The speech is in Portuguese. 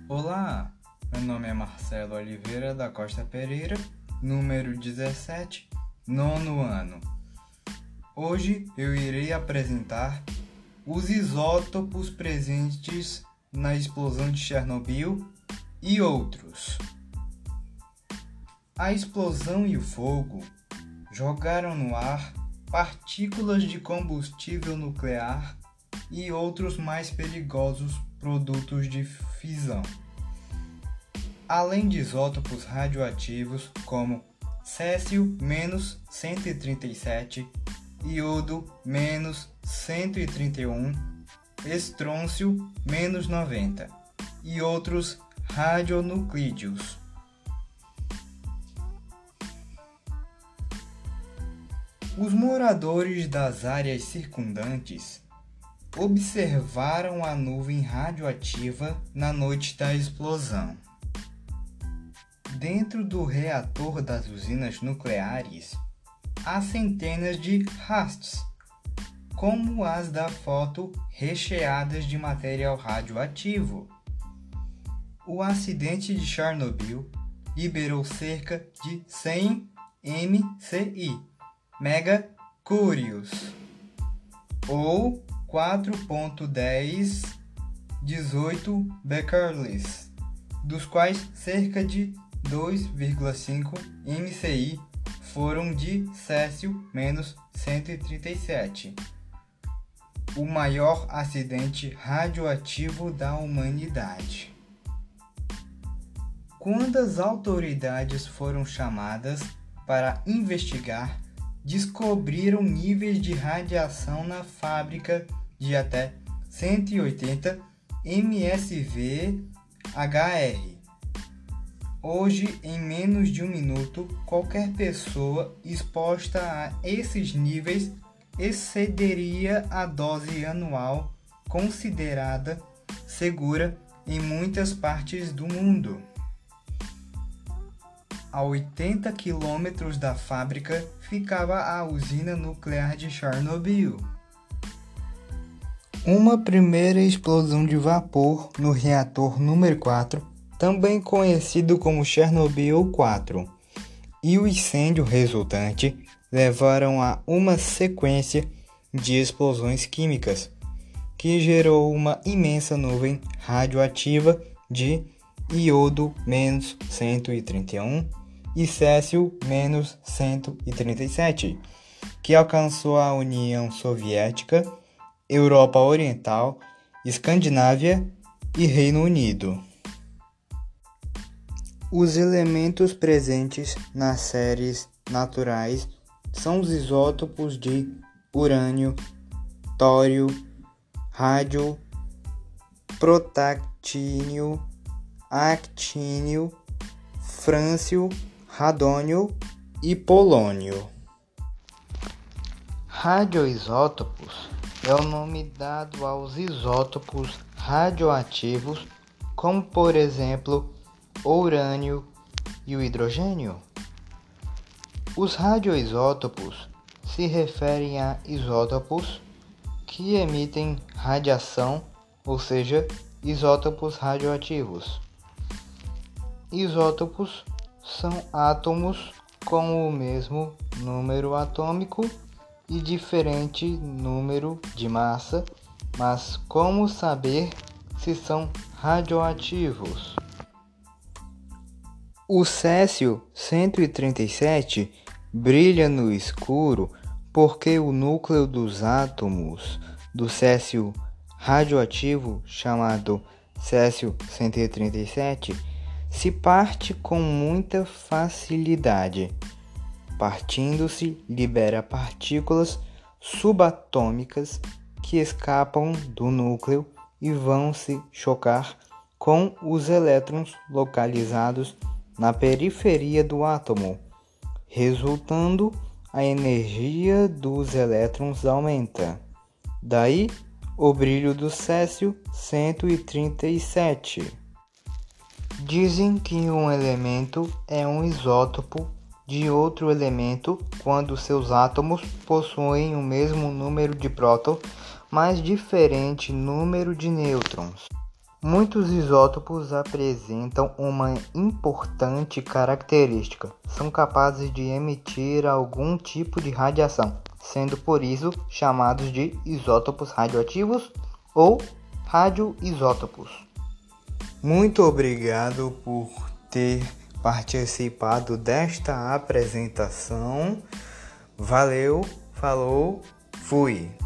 Olá, meu nome é Marcelo Oliveira da Costa Pereira, número 17, nono ano. Hoje eu irei apresentar os isótopos presentes na explosão de Chernobyl e outros. A explosão e o fogo jogaram no ar partículas de combustível nuclear e outros mais perigosos produtos de fissão, além de isótopos radioativos como Césio-137, iodo-131, estrôncio-90 e outros radionuclídeos. Os moradores das áreas circundantes observaram a nuvem radioativa na noite da explosão. Dentro do reator das usinas nucleares, há centenas de hastes, como as da foto, recheadas de material radioativo. O acidente de Chernobyl liberou cerca de 100 MCI, megacúrios, ou 4.1018 becquerels, dos quais cerca de 2,5 MCI foram de Césio-137, o maior acidente radioativo da humanidade. Quando as autoridades foram chamadas para investigar, descobriram níveis de radiação na fábrica de até 180 mSv/Hr. Hoje, em menos de um minuto, qualquer pessoa exposta a esses níveis excederia a dose anual considerada segura em muitas partes do mundo. A 80 quilômetros da fábrica ficava a usina nuclear de Chernobyl. Uma primeira explosão de vapor no reator número 4, também conhecido como Chernobyl 4, e o incêndio resultante levaram a uma sequência de explosões químicas, que gerou uma imensa nuvem radioativa de iodo-131 e Césio-137, que alcançou a União Soviética, Europa Oriental, Escandinávia e Reino Unido. Os elementos presentes nas séries naturais são os isótopos de urânio, tório, rádio, protactínio, actínio, frâncio, radônio e polônio. Radioisótopos é o nome dado aos isótopos radioativos, como por exemplo o urânio e o hidrogênio. Os radioisótopos se referem a isótopos que emitem radiação, ou seja, isótopos radioativos. Isótopos são átomos com o mesmo número atômico e diferente número de massa, mas como saber se são radioativos? O Césio-137 brilha no escuro porque o núcleo dos átomos do Césio radioativo, chamado Césio-137, se parte com muita facilidade. Partindo-se, libera partículas subatômicas que escapam do núcleo e vão se chocar com os elétrons localizados na periferia do átomo, resultando a energia dos elétrons aumenta. Daí o brilho do Césio-137. Dizem que um elemento é um isótopo de outro elemento quando seus átomos possuem o mesmo número de prótons, mas diferente número de nêutrons. Muitos isótopos apresentam uma importante característica: são capazes de emitir algum tipo de radiação, sendo por isso chamados de isótopos radioativos ou radioisótopos. Muito obrigado por ter participado desta apresentação. Valeu, falou, fui!